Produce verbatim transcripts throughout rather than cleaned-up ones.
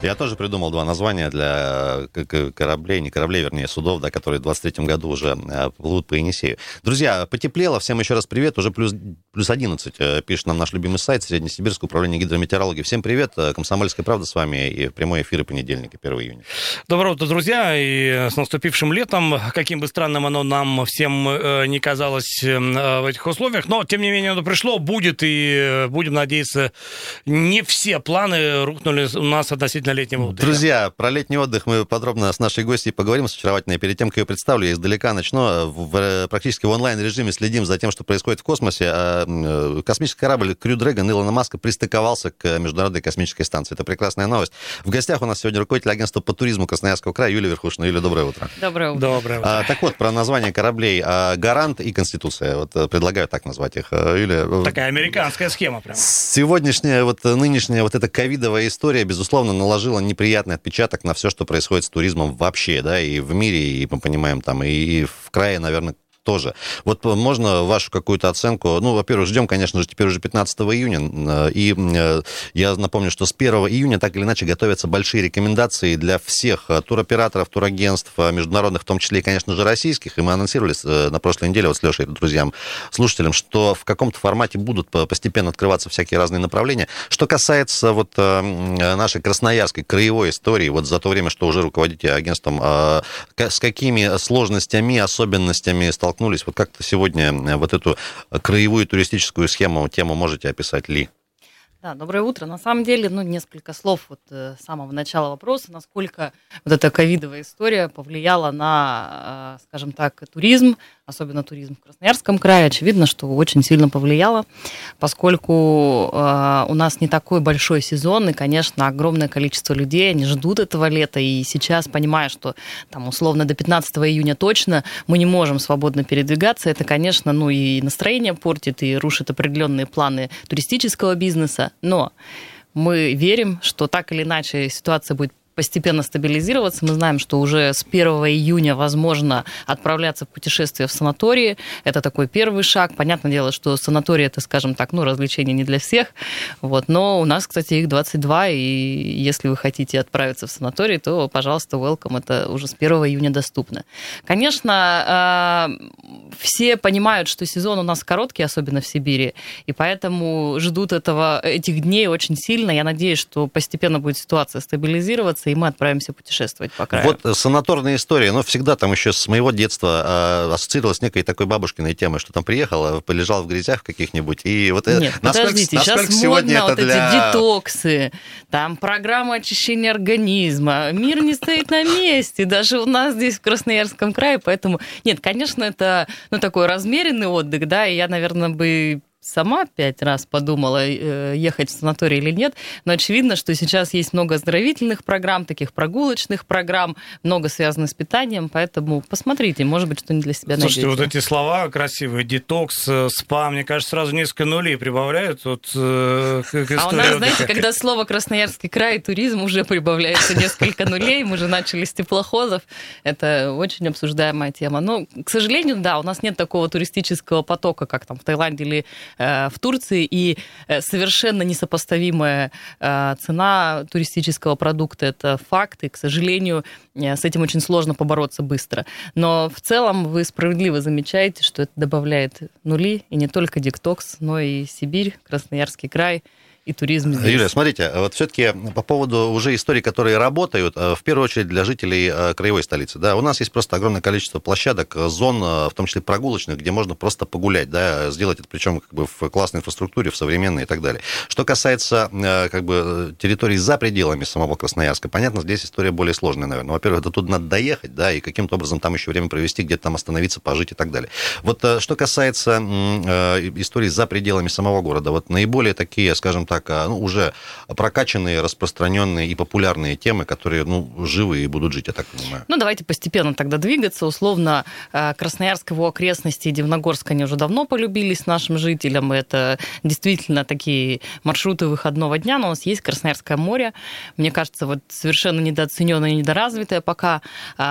Я тоже придумал два названия для кораблей, не кораблей, вернее, судов, да, которые в двадцать третьем году уже плывут по Енисею. Друзья, потеплело, всем еще раз привет, уже плюс, плюс одиннадцать, пишет нам наш любимый сайт Среднесибирское управление гидрометеорологии. Всем привет, «Комсомольская правда» с вами и прямой эфир понедельника, первого июня. Доброе утро, друзья, и с наступившим летом, каким бы странным оно нам всем не казалось в этих условиях, но, тем не менее, оно пришло, будет, и будем надеяться, не все планы рухнули у нас относительно летнего отдыха. Друзья, про летний отдых мы подробно с нашей гостьей поговорим, с очаровательной. Перед тем, как ее представлю, я издалека начну. В, практически в онлайн-режиме следим за тем, что происходит в космосе. Космический корабль Crew Dragon Илона Маска пристыковался к Международной космической станции. Это прекрасная новость. В гостях у нас сегодня руководитель агентства по туризму Красноярского края Юлия Верхушина. Юлия, доброе утро. Доброе утро. Доброе утро. А, так вот, про название кораблей. Гарант и Конституция. Вот предлагаю так назвать их. Юлия. Такая американская схема прям. Сегодняшняя, вот нынешняя вот эта ковидовая история, безусловно, наложила неприятный отпечаток на все, что происходит с туризмом вообще, да, и в мире, и мы понимаем, там, и в крае, наверное, тоже. Вот можно вашу какую-то оценку? Ну, во-первых, ждем, конечно же, теперь уже пятнадцатого июня, и я напомню, что с первого июня так или иначе готовятся большие рекомендации для всех туроператоров, турагентств, международных, в том числе и, конечно же, российских, и мы анонсировали на прошлой неделе вот с Лешей, друзьям, слушателям, что в каком-то формате будут постепенно открываться всякие разные направления. Что касается вот нашей красноярской краевой истории, вот за то время, что уже руководите агентством, с какими сложностями, особенностями столкнулись? Столкнулись. Вот как-то сегодня вот эту краевую туристическую схему, тему можете описать, Ли? Да, доброе утро. На самом деле, ну, несколько слов вот с самого начала вопроса, насколько вот эта ковидовая история повлияла на, скажем так, туризм, особенно туризм в Красноярском крае. Очевидно, что очень сильно повлияло, поскольку э, у нас не такой большой сезон, и, конечно, огромное количество людей, они ждут этого лета, и сейчас, понимая, что там условно до пятнадцатого июня точно мы не можем свободно передвигаться, это, конечно, ну и настроение портит, и рушит определенные планы туристического бизнеса, но мы верим, что так или иначе ситуация будет постепенно стабилизироваться. Мы знаем, что уже с первого июня возможно отправляться в путешествие в санатории. Это такой первый шаг. Понятное дело, что санатории — это, скажем так, ну, развлечение не для всех. Вот. Но у нас, кстати, их двадцать два, и если вы хотите отправиться в санаторий, то, пожалуйста, welcome. Это уже с первого июня доступно. Конечно, все понимают, что сезон у нас короткий, особенно в Сибири, и поэтому ждут этого, этих дней очень сильно. Я надеюсь, что постепенно будет ситуация стабилизироваться, и мы отправимся путешествовать по краю. Вот санаторная история, но всегда там еще с моего детства э, ассоциировалась с некой такой бабушкиной темой, что там приехала, полежала в грязях каких-нибудь, и вот Нет, насколько, подождите, насколько сейчас сегодня модно это вот для... эти детоксы, там программа очищения организма, мир не стоит на месте, даже у нас здесь в Красноярском крае, поэтому, нет, конечно, это, ну, такой размеренный отдых, да, и я, наверное, бы сама пять раз подумала, ехать в санаторий или нет, но очевидно, что сейчас есть много оздоровительных программ, таких прогулочных программ, много связано с питанием, поэтому посмотрите, может быть, что-нибудь для себя найдете. Слушайте, вот эти слова красивые, детокс, спа, мне кажется, сразу несколько нулей прибавляют вот, э, к истории. А у нас, отдыха. знаете, когда слово «Красноярский край» и туризм, уже прибавляется несколько нулей, мы же начали с теплоходов, это очень обсуждаемая тема. Но, к сожалению, да, у нас нет такого туристического потока, как там в Таиланде или в Турции, и совершенно несопоставимая цена туристического продукта. Это факт, и, к сожалению, с этим очень сложно побороться быстро. Но в целом вы справедливо замечаете, что это добавляет нули, и не только детокс, но и Сибирь, Красноярский край, и туризм здесь. Юлия, смотрите, вот все-таки по поводу уже историй, которые работают, в первую очередь для жителей краевой столицы, да, у нас есть просто огромное количество площадок, зон, в том числе прогулочных, где можно просто погулять, да, сделать это причем как бы в классной инфраструктуре, в современной и так далее. Что касается как бы территорий за пределами самого Красноярска, понятно, здесь история более сложная, наверное. Во-первых, до туда надо доехать, да, и каким-то образом там еще время провести, где-то там остановиться, пожить и так далее. Вот что касается историй за пределами самого города, вот наиболее такие, скажем так, ну, уже прокачанные, распространенные и популярные темы, которые, ну, живы и будут жить, я так понимаю. Ну, давайте постепенно тогда двигаться. Условно, Красноярск, его окрестности и Дивногорск, они уже давно полюбились нашим жителям. Это действительно такие маршруты выходного дня. Но у нас есть Красноярское море. Мне кажется, вот совершенно недооцененное и недоразвитое пока.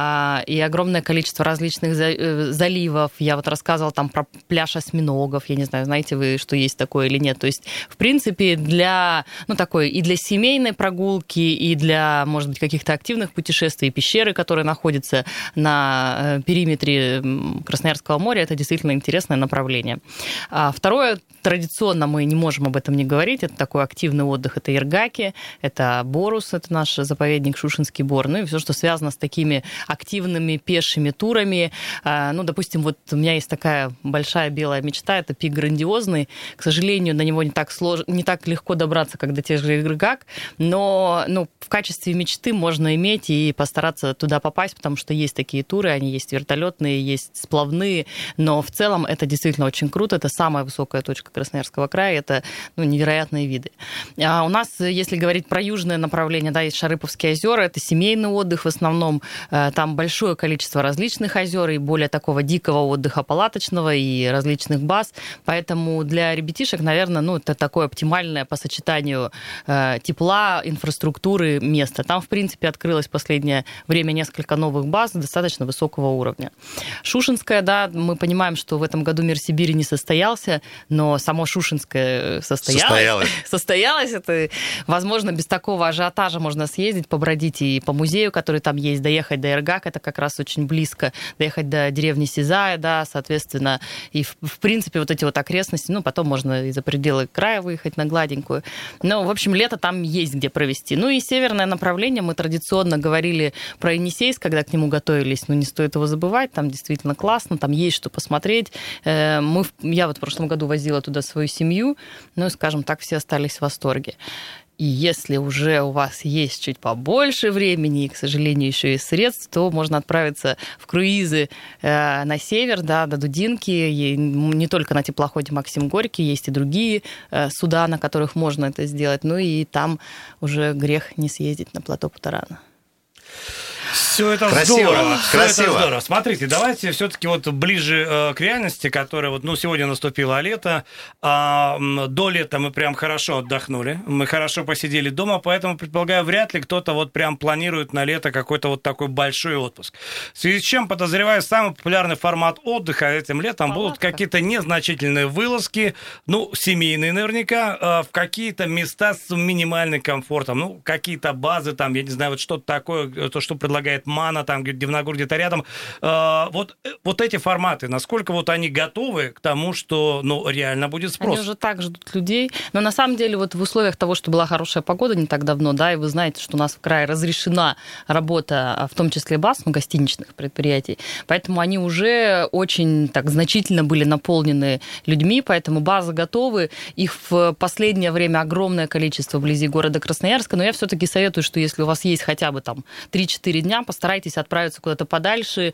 И огромное количество различных заливов. Я вот рассказывала там про пляж осьминогов. Я не знаю, знаете вы, что есть такое или нет. То есть, в принципе, для, ну, такой, и для семейной прогулки, и для, может быть, каких-то активных путешествий, пещеры, которые находятся на периметре Красноярского моря, это действительно интересное направление. А второе, традиционно мы не можем об этом не говорить, это такой активный отдых, это Иргаки, это Борус, это наш заповедник Шушенский Бор, ну и все, что связано с такими активными пешими турами. Ну, допустим, вот у меня есть такая большая белая мечта, это пик Грандиозный. К сожалению, на него не так сложно, не так легко добраться, как до тех же Иргак, но ну, в качестве мечты можно иметь и постараться туда попасть, потому что есть такие туры, они есть вертолетные, есть сплавные, но в целом это действительно очень круто, это самая высокая точка Красноярского края, это ну, невероятные виды. А у нас, если говорить про южное направление, да, есть Шарыповские озера, это семейный отдых в основном, там большое количество различных озер и более такого дикого отдыха палаточного и различных баз, поэтому для ребятишек, наверное, ну, это такое оптимальное по сочетанию тепла, инфраструктуры место. Там, в принципе, открылось в последнее время несколько новых баз достаточно высокого уровня. Шушенская, да, мы понимаем, что в этом году Мир Сибири не состоялся, но само Шушенское состоялось. Состоялось. Состоялось. Это, возможно, без такого ажиотажа можно съездить, побродить и по музею, который там есть, доехать до Иргак, это как раз очень близко, доехать до деревни Сизая, да, соответственно, и, в, в принципе, вот эти вот окрестности, ну, потом можно и за пределы края выехать на гладенькую. Но, в общем, лето там есть где провести. Ну, и северное направление, мы традиционно говорили про Енисейск, когда к нему готовились, но не стоит его забывать, там действительно классно, там есть что посмотреть. Мы, я вот в прошлом году возила туда свою семью, ну, и, скажем так, все остались в восторге. И если уже у вас есть чуть побольше времени и, к сожалению, еще и средств, то можно отправиться в круизы э, на север, да, до Дудинки. И не только на теплоходе Максим Горький, есть и другие э, суда, на которых можно это сделать. Ну и там уже грех не съездить на плато Путарана. Все это красиво, здорово. Красиво. Все это здорово. Смотрите, давайте все-таки вот ближе э, к реальности, которая вот, ну, сегодня наступило лето. А, до лета мы прям хорошо отдохнули, мы хорошо посидели дома, поэтому, предполагаю, вряд ли кто-то вот прям планирует на лето какой-то вот такой большой отпуск. В связи с чем, подозреваю, самый популярный формат отдыха этим летом Палатка. Будут какие-то незначительные вылазки, ну, семейные наверняка, э, в какие-то места с минимальным комфортом, ну, какие-то базы там, я не знаю, вот что-то такое, то, что предлагает Мана, там, Дивногор где-то рядом. Вот, вот эти форматы, насколько вот они готовы к тому, что, ну, реально будет спрос? Они уже так ждут людей. Но на самом деле вот в условиях того, что была хорошая погода не так давно, да, и вы знаете, что у нас в крае разрешена работа, в том числе баз, ну, гостиничных предприятий, поэтому они уже очень так значительно были наполнены людьми, поэтому базы готовы. Их в последнее время огромное количество вблизи города Красноярска, но я все-таки советую, что если у вас есть хотя бы там три-четыре дня, постарайтесь отправиться куда-то подальше,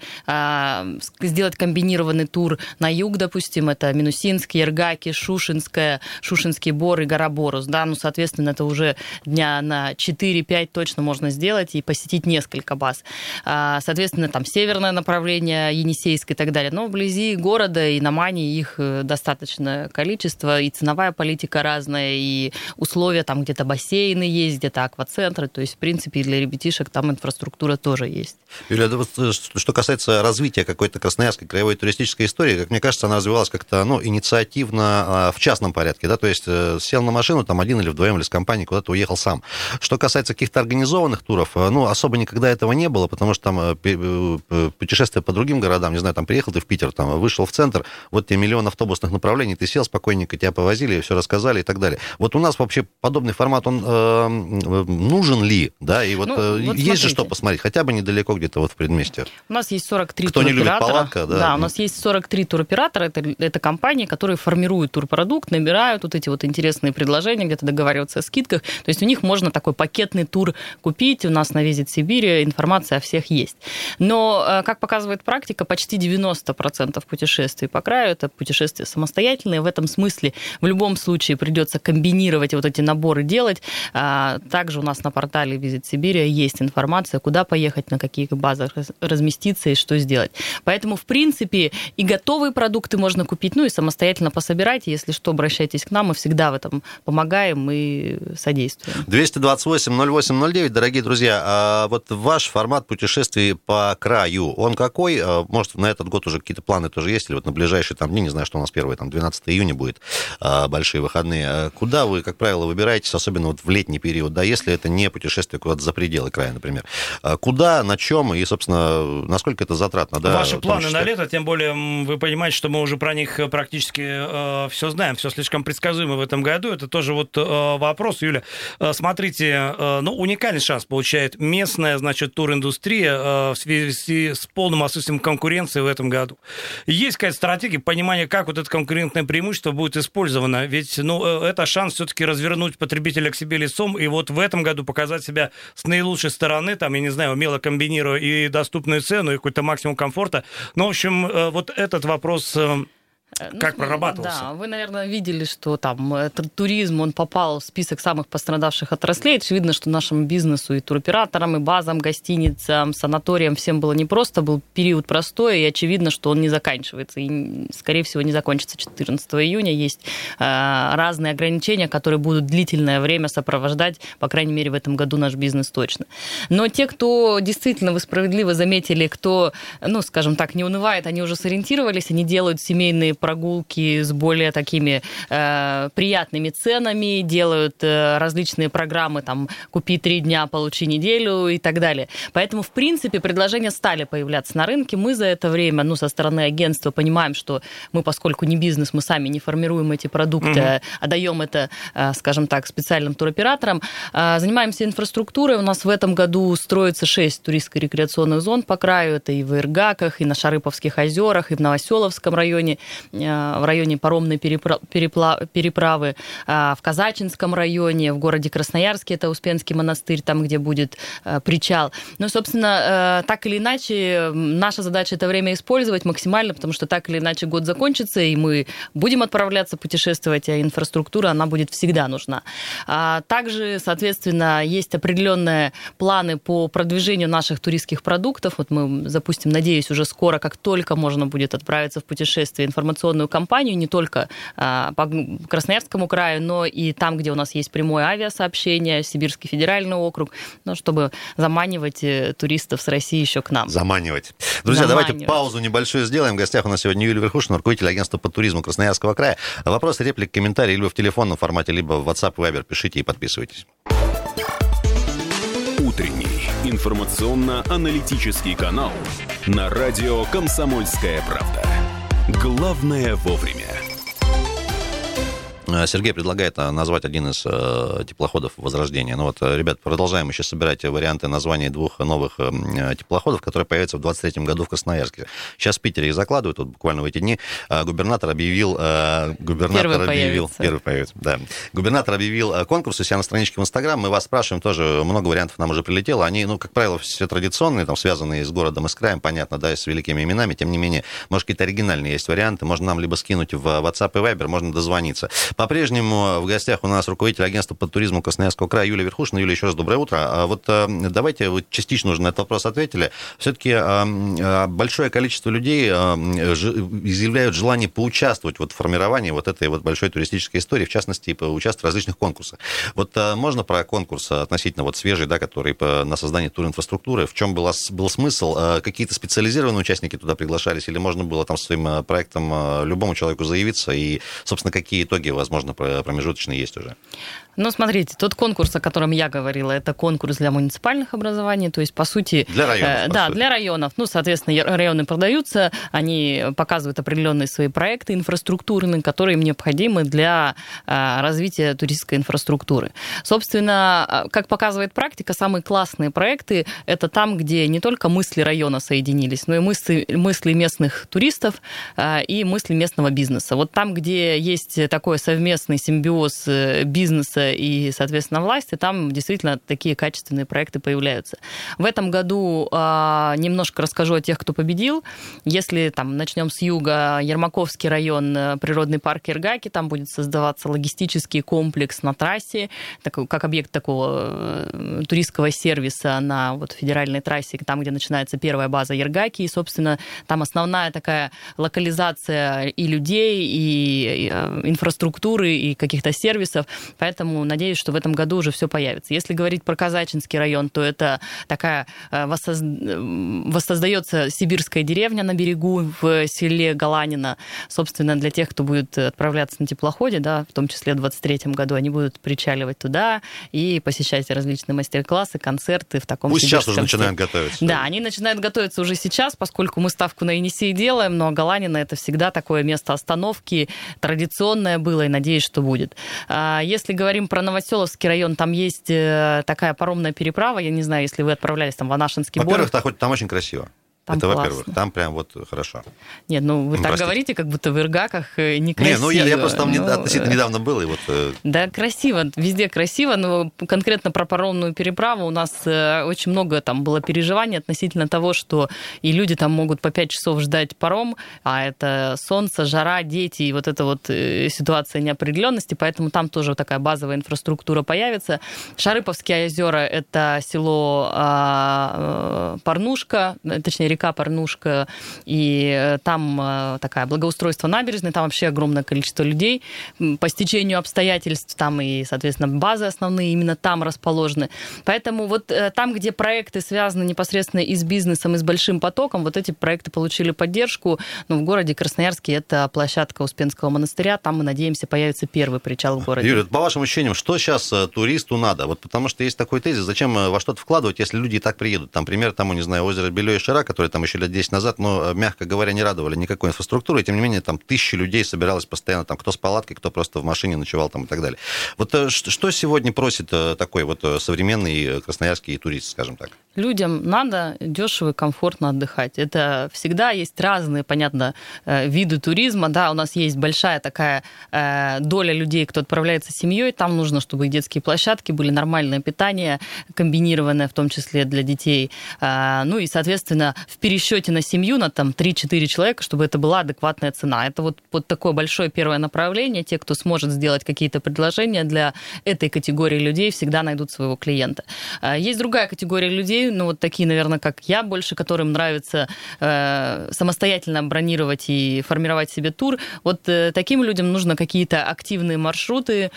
сделать комбинированный тур на юг, допустим, это Минусинск, Иргаки, Шушенская, Шушенский Бор и гора Борус, да, ну, соответственно, это уже дня на четыре-пять точно можно сделать и посетить несколько баз. Соответственно, там северное направление, Енисейск и так далее, но вблизи города и на Мане их достаточное количество, и ценовая политика разная, и условия, там где-то бассейны есть, где-то аквацентры, то есть, в принципе, для ребятишек там инфраструктура тоже есть. Юлия, что касается развития какой-то красноярской краевой туристической истории, как мне кажется, она развивалась как-то, ну, инициативно в частном порядке, да, то есть сел на машину, там один или вдвоем, или с компанией куда-то уехал сам. Что касается каких-то организованных туров, ну, особо никогда этого не было, потому что там путешествия по другим городам, не знаю, там приехал ты в Питер, там вышел в центр, вот тебе миллион автобусных направлений, ты сел спокойненько, тебя повозили, все рассказали и так далее. Вот у нас вообще подобный формат, он э, нужен ли, да, и вот, ну, вот есть же что посмотреть, хотя бы недалеко где-то вот в предместье. У нас есть сорок три Кто туроператора. не любит палатка, да. Да, у нас есть сорок три туроператора, это, это компании, которые формируют турпродукт, набирают вот эти вот интересные предложения, где-то договариваются о скидках, то есть у них можно такой пакетный тур купить, у нас на Визит Сибири информация о всех есть. Но, как показывает практика, почти девяносто процентов путешествий по краю это путешествия самостоятельные, в этом смысле в любом случае придется комбинировать вот эти наборы делать. Также у нас на портале Визит Сибири есть информация, куда поехать, решать, на каких базах разместиться и что сделать. Поэтому, в принципе, и готовые продукты можно купить, ну и самостоятельно пособирать. Если что, обращайтесь к нам, мы всегда в этом помогаем и содействуем. двести двадцать восемь ноль восемь ноль девять, дорогие друзья, а вот ваш формат путешествий по краю, он какой? Может, на этот год уже какие-то планы тоже есть? Или вот на ближайшие там дни, не знаю, что у нас первое, там двенадцатого июня будет, большие выходные. Куда вы, как правило, выбираетесь, особенно вот в летний период, да, если это не путешествие куда-то за пределы края, например? Куда, на чем и, собственно, насколько это затратно? Да, ваши планы на лето, тем более вы понимаете, что мы уже про них практически э, все знаем, все слишком предсказуемо в этом году. Это тоже вот э, вопрос, Юля. Э, смотрите, э, ну, уникальный шанс получает местная, значит, туриндустрия э, в связи с полным отсутствием конкуренции в этом году. Есть какая-то стратегия, понимание, как вот это конкурентное преимущество будет использовано. Ведь, ну, это шанс все-таки развернуть потребителя к себе лицом и вот в этом году показать себя с наилучшей стороны, там, я не знаю, умело комбинируя и доступную цену, и какой-то максимум комфорта. Ну, в общем, э, вот этот вопрос... Э, Как ну, прорабатывался? Да, вы, наверное, видели, что там этот туризм, он попал в список самых пострадавших отраслей. Очевидно, что нашему бизнесу и туроператорам, и базам, гостиницам, санаториям всем было непросто, был период простой, и очевидно, что он не заканчивается. И, скорее всего, не закончится четырнадцатого июня. Есть э, разные ограничения, которые будут длительное время сопровождать, по крайней мере, в этом году наш бизнес точно. Но те, кто действительно, вы справедливо заметили, кто, ну, скажем так, не унывает, они уже сориентировались, они делают семейные прогулки с более такими э, приятными ценами, делают э, различные программы, там, купи три дня, получи неделю и так далее. Поэтому, в принципе, предложения стали появляться на рынке. Мы за это время, ну, со стороны агентства понимаем, что мы, поскольку не бизнес, мы сами не формируем эти продукты, mm-hmm. а даем это, э, скажем так, специальным туроператорам. Э, занимаемся инфраструктурой. У нас в этом году строится шесть туристско-рекреационных зон по краю. Это и в Иргаках, и на Шарыповских озерах, и в Новоселовском районе, в районе Паромной переправы, в Казачинском районе, в городе Красноярске, это Успенский монастырь, там, где будет причал. Ну, собственно, так или иначе, наша задача это время использовать максимально, потому что так или иначе год закончится, и мы будем отправляться путешествовать, а инфраструктура, она будет всегда нужна. Также, соответственно, есть определенные планы по продвижению наших туристских продуктов. Вот мы запустим, надеюсь, уже скоро, как только можно будет отправиться в путешествие, информационную кампанию не только а, по Красноярскому краю, но и там, где у нас есть прямое авиасообщение, Сибирский федеральный округ, ну, чтобы заманивать туристов с России еще к нам. Заманивать. Друзья, заманивать. Давайте паузу небольшую сделаем. В гостях у нас сегодня Юлия Верхушина, руководитель агентства по туризму Красноярского края. Вопросы, реплики, комментарии либо в телефонном формате, либо в WhatsApp, Viber пишите и подписывайтесь. Утренний информационно-аналитический канал на радио «Комсомольская правда». Главное вовремя. Сергей предлагает назвать один из э, теплоходов Возрождения. Ну вот, ребят, продолжаем еще собирать варианты названий двух новых э, теплоходов, которые появятся в двадцать третьем году в Красноярске. Сейчас в Питере их закладывают, вот буквально в эти дни. Губернатор объявил... Э, губернатор первый объявил... появится. Первый появится, да. Губернатор объявил конкурс у себя на страничке в Инстаграм. Мы вас спрашиваем, тоже много вариантов нам уже прилетело. Они, ну, как правило, все традиционные, там, связанные с городом и с краем, понятно, да, и с великими именами. Тем не менее, может, какие-то оригинальные есть варианты. Можно нам либо скинуть в WhatsApp и Viber, можно дозвониться. По-прежнему в гостях у нас руководитель агентства по туризму Красноярского края Юлия Верхушина. Юлия, еще раз доброе утро. А вот давайте, вы частично уже на этот вопрос ответили. Все-таки большое количество людей изъявляют желание поучаствовать вот в формировании вот этой вот большой туристической истории, в частности, поучаствовать в различных конкурсах. Вот можно про конкурс относительно вот свежий, да, который на создание туринфраструктуры, в чем был, был смысл? Какие-то специализированные участники туда приглашались, или можно было там своим проектом любому человеку заявиться, и, собственно, какие итоги, возможно, промежуточные есть уже? Ну, смотрите, тот конкурс, о котором я говорила, это конкурс для муниципальных образований, то есть, по сути... Для районов. Э, да, для районов. Ну, соответственно, районы продаются, они показывают определенные свои проекты инфраструктурные, которые им необходимы для э, развития туристической инфраструктуры. Собственно, как показывает практика, самые классные проекты – это там, где не только мысли района соединились, но и мысли, мысли местных туристов э, и мысли местного бизнеса. Вот там, где есть такое совместное совместный симбиоз бизнеса и, соответственно, власти, там действительно такие качественные проекты появляются. В этом году немножко расскажу о тех, кто победил. Если там начнем с юга, Ермаковский район, природный парк Иргаки, там будет создаваться логистический комплекс на трассе, такой, как объект такого туристского сервиса на вот федеральной трассе, там, где начинается первая база Иргаки, и, собственно, там основная такая локализация и людей, и инфраструктуры, и каких-то сервисов, поэтому надеюсь, что в этом году уже все появится. Если говорить про Казачинский район, то это такая воссоз... воссоздается сибирская деревня на берегу в селе Галанина. Собственно, для тех, кто будет отправляться на теплоходе, да, в том числе в двадцать третьем году, они будут причаливать туда и посещать различные мастер-классы, концерты в таком Пусть сейчас уже стиле. начинают готовиться. Да, они начинают готовиться уже сейчас, поскольку мы ставку на Енисей делаем, но Галанина — это всегда такое место остановки, традиционное было, и надеюсь, что будет. Если говорим про Новоселовский район, там есть такая паромная переправа, я не знаю, если вы отправлялись там в Анашинский борг. Во-первых, там, там очень красиво. Там это, классно. Во-первых, там прям вот хорошо. Нет, ну вы ну, так простите. говорите, как будто в Иргаках некрасиво. Не, ну я, я просто там ну, относительно недавно был, и вот... Да, красиво, везде красиво, но конкретно про паромную переправу у нас очень много там было переживаний относительно того, что и люди там могут по пять часов ждать паром, а это солнце, жара, дети, и вот эта вот ситуация неопределенности, поэтому там тоже такая базовая инфраструктура появится. Шарыповские озера — это село Парнушка, точнее, река Парнушка, и там такая благоустройство набережной, там вообще огромное количество людей. По стечению обстоятельств там и, соответственно, базы основные именно там расположены. Поэтому вот там, где проекты связаны непосредственно и с бизнесом, и с большим потоком, вот эти проекты получили поддержку. Но в городе Красноярске это площадка Успенского монастыря, там, мы надеемся, появится первый причал в городе. Юрий, по вашим ощущениям, что сейчас туристу надо? Вот потому что есть такой тезис, зачем во что-то вкладывать, если люди и так приедут? Там пример, тому, не знаю, озеро Белё и Шира, которое там еще лет десять назад, но, мягко говоря, не радовали никакой инфраструктуры, и тем не менее там тысячи людей собиралось постоянно, там, кто с палаткой, кто просто в машине ночевал там и так далее. Вот что сегодня просит такой вот современный красноярский турист, скажем так? Людям надо дешево и комфортно отдыхать. Это всегда есть разные, понятно, виды туризма. Да, у нас есть большая такая доля людей, кто отправляется с семьей. Там нужно, чтобы и детские площадки были, нормальное питание, комбинированное, в том числе для детей. Ну и, соответственно, в пересчете на семью, на там три-четыре человека, чтобы это была адекватная цена. Это вот, вот такое большое первое направление. Те, кто сможет сделать какие-то предложения для этой категории людей, всегда найдут своего клиента. Есть другая категория людей, ну вот такие, наверное, как я больше, которым нравится э, самостоятельно бронировать и формировать себе тур. Вот э, таким людям нужно какие-то активные маршруты,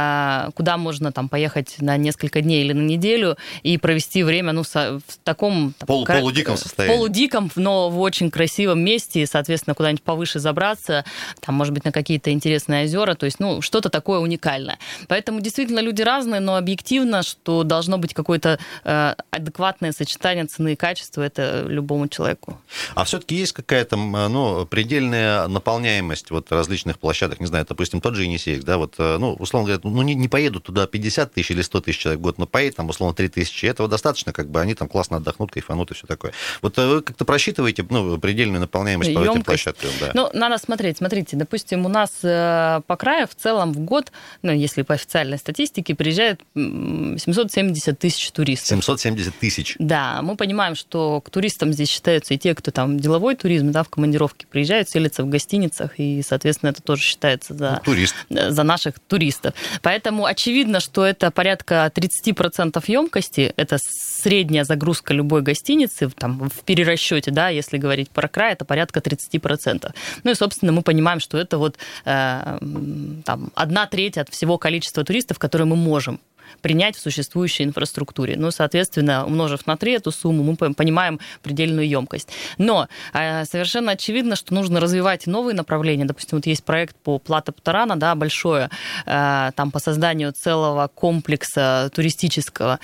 э, куда можно там поехать на несколько дней или на неделю и провести время, ну, со, в таком... Там, Пол, кра... полудиком состоянии. Полудиком, но в очень красивом месте, и, соответственно, куда-нибудь повыше забраться, там, может быть, на какие-то интересные озера, то есть, ну, что-то такое уникальное. Поэтому действительно люди разные, но объективно, что должно быть какое-то э, адекватное сочетание цены и качества, это любому человеку. А все-таки есть какая-то, ну, предельная наполняемость вот различных площадок, не знаю, допустим, тот же Енисей, да, вот, ну, условно говоря, ну, не, не поедут туда пятьдесят тысяч или сто тысяч человек в год, но поедет там, условно, три тысячи, этого достаточно, как бы они там классно отдохнут, кайфанут и все такое. Вот вы как-то просчитываете, ну, предельную наполняемость по этим площадкам? Да. Ну, надо смотреть, смотрите, допустим, у нас по краю в целом в год, ну, если по официальной статистике, приезжает семьсот семьдесят тысяч туристов. семьсот семьдесят тысяч. Да, мы понимаем, что к туристам здесь считаются и те, кто там деловой туризм, да, в командировке приезжают, селятся в гостиницах, и, соответственно, это тоже считается за, Турист. за наших туристов. Поэтому очевидно, что это порядка тридцать процентов емкости, это средняя загрузка любой гостиницы, там, в перерасчете, да, если говорить про край, это порядка тридцать процентов. Ну и, собственно, мы понимаем, что это вот э, там, одна треть от всего количества туристов, которые мы можем принять в существующей инфраструктуре. Ну, соответственно, умножив на три эту сумму, мы понимаем предельную емкость. Но э, совершенно очевидно, что нужно развивать новые направления. Допустим, вот есть проект по Плато Путарана, да, большое, э, там по созданию целого комплекса туристического.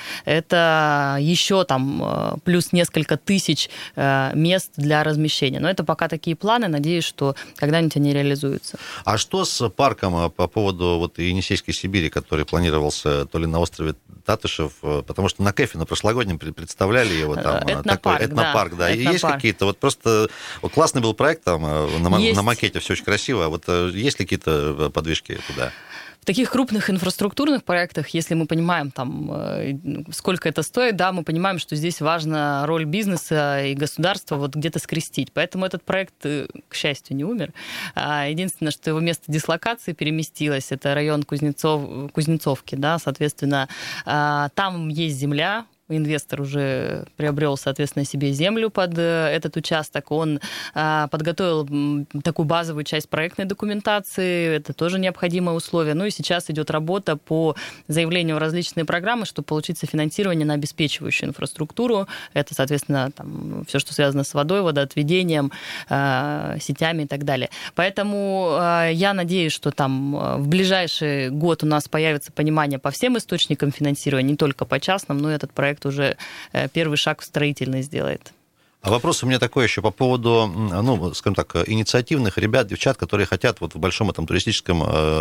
Это еще там плюс несколько тысяч э, мест для размещения. Но это пока такие планы. Надеюсь, что когда-нибудь они реализуются. А что с парком по поводу вот Енисейской Сибири, который планировался то ли на на острове Татышев, потому что на КЭФе, на прошлогоднем представляли его там. Этнопарк, такой, этнопарк, да. да. Этнопарк. Есть какие-то, вот просто вот классный был проект там, на, на макете все очень красиво, а вот есть ли какие-то подвижки туда? В таких крупных инфраструктурных проектах, если мы понимаем, там, сколько это стоит, да, мы понимаем, что здесь важна роль бизнеса и государства вот где-то скрестить. Поэтому этот проект, к счастью, не умер. Единственное, что его место дислокации переместилось, это район Кузнецов, Кузнецовки, да, соответственно, там есть земля. Инвестор уже приобрел, соответственно, себе землю под этот участок. Он а, подготовил такую базовую часть проектной документации. Это тоже необходимое условие. Ну и сейчас идет работа по заявлению в различные программы, чтобы получить софинансирование на обеспечивающую инфраструктуру. Это, соответственно, там, все, что связано с водой, водоотведением, а, сетями и так далее. Поэтому а, я надеюсь, что там в ближайший год у нас появится понимание по всем источникам финансирования, не только по частным, но и этот проект уже первый шаг в строительный сделает. А вопрос у меня такой еще по поводу, ну, скажем так, инициативных ребят, девчат, которые хотят вот в большом этом туристическом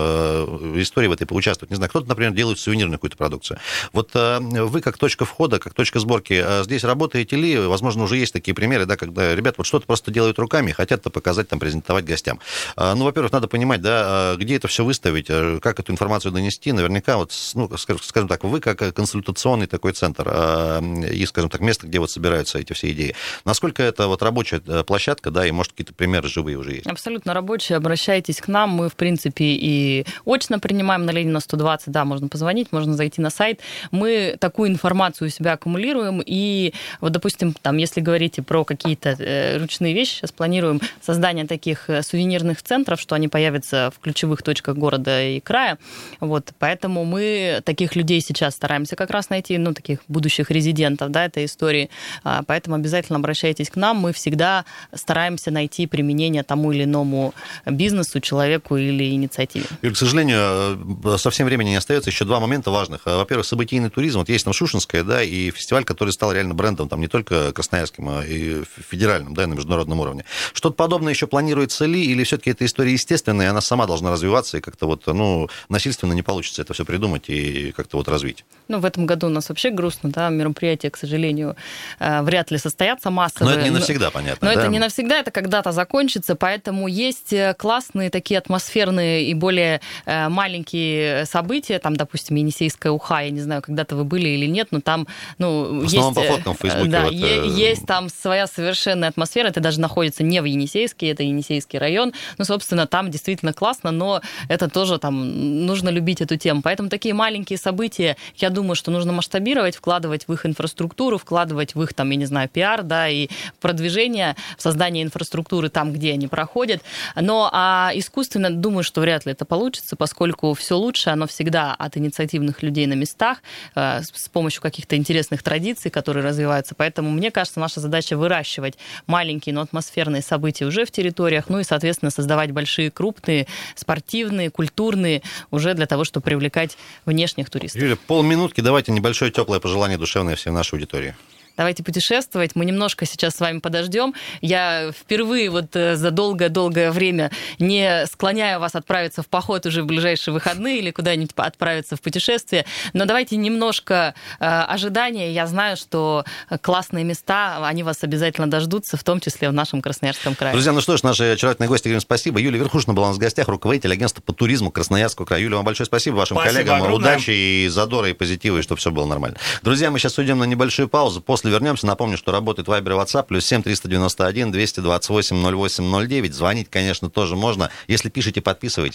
э, истории в этой поучаствовать. Не знаю, кто-то, например, делает сувенирную какую-то продукцию. Вот э, вы как точка входа, как точка сборки, э, здесь работаете ли? Возможно, уже есть такие примеры, да, когда ребята вот что-то просто делают руками и хотят это показать, там, презентовать гостям. Э, ну, во-первых, надо понимать, да, где это все выставить, как эту информацию донести. Наверняка, вот, ну, скажем так, вы как консультационный такой центр э, и, скажем так, место, где вот собираются эти все идеи. Насколько это вот рабочая площадка, да, и, может, какие-то примеры живые уже есть? Абсолютно рабочие. Обращайтесь к нам. Мы, в принципе, и очно принимаем на Ленина сто двадцать. Да, можно позвонить, можно зайти на сайт. Мы такую информацию у себя аккумулируем. И вот, допустим, там, если говорите про какие-то ручные вещи, сейчас планируем создание таких сувенирных центров, что они появятся в ключевых точках города и края. Вот, поэтому мы таких людей сейчас стараемся как раз найти, ну, таких будущих резидентов, да, этой истории. Поэтому обязательно обращайтесь к нам. Мы всегда стараемся найти применение тому или иному бизнесу, человеку или инициативе. Юль, к сожалению, совсем времени не остается. Еще два момента важных. Во-первых, событийный туризм. Вот есть там Шушинская, да, и фестиваль, который стал реально брендом, там не только красноярским, а и федеральным, да, и на международном уровне. Что-то подобное еще планируется ли, или все-таки эта история естественная, и она сама должна развиваться, и как-то вот, ну, насильственно не получится это все придумать и как-то вот развить? Ну, в этом году у нас вообще грустно, да, мероприятия, к сожалению, вряд ли состоятся массовые. Но это не навсегда, понятно. Но да? это не навсегда, это когда-то закончится, поэтому есть классные такие атмосферные и более маленькие события, там, допустим, Енисейская уха, я не знаю, когда-то вы были или нет, но там, ну, в основном есть... по фоткам в Фейсбуке. Да, вот, есть там своя совершенная атмосфера, это даже находится не в Енисейске, это Енисейский район, ну, собственно, там действительно классно, но это тоже там нужно любить эту тему, поэтому такие маленькие события, я думаю, что нужно масштабировать, вкладывать в их инфраструктуру, вкладывать в их, там, я не знаю, пиар, да, и продвижение, в создание инфраструктуры там, где они проходят. Но а искусственно, думаю, что вряд ли это получится, поскольку все лучше, оно всегда от инициативных людей на местах, э, с помощью каких-то интересных традиций, которые развиваются. Поэтому, мне кажется, наша задача выращивать маленькие, но атмосферные события уже в территориях, ну и, соответственно, создавать большие, крупные, спортивные, культурные, уже для того, чтобы привлекать внешних туристов. Юля, полминутки, давайте небольшое теплое пожелание душевное всей нашей аудитории. Давайте путешествовать. Мы немножко сейчас с вами подождем. Я впервые вот за долгое-долгое время не склоняю вас отправиться в поход уже в ближайшие выходные или куда-нибудь отправиться в путешествие. Но давайте немножко э, ожидания. Я знаю, что классные места, они вас обязательно дождутся, в том числе в нашем Красноярском крае. Друзья, ну что ж, наши очаровательные гости, говорим спасибо. Юлия Верхушина была у нас в гостях, руководитель агентства по туризму Красноярского края. Юля, вам большое спасибо, вашим спасибо коллегам. Огромное. Удачи и задора, и позитива, и чтобы все было нормально. Друзья, мы сейчас уйдем на небольшую паузу. После вернемся. Напомню, что работает Viber и WhatsApp, плюс семь триста девяносто один двести двадцать восемь ноль восемь ноль девять. Звонить, конечно, тоже можно. Если пишете, подписывайтесь.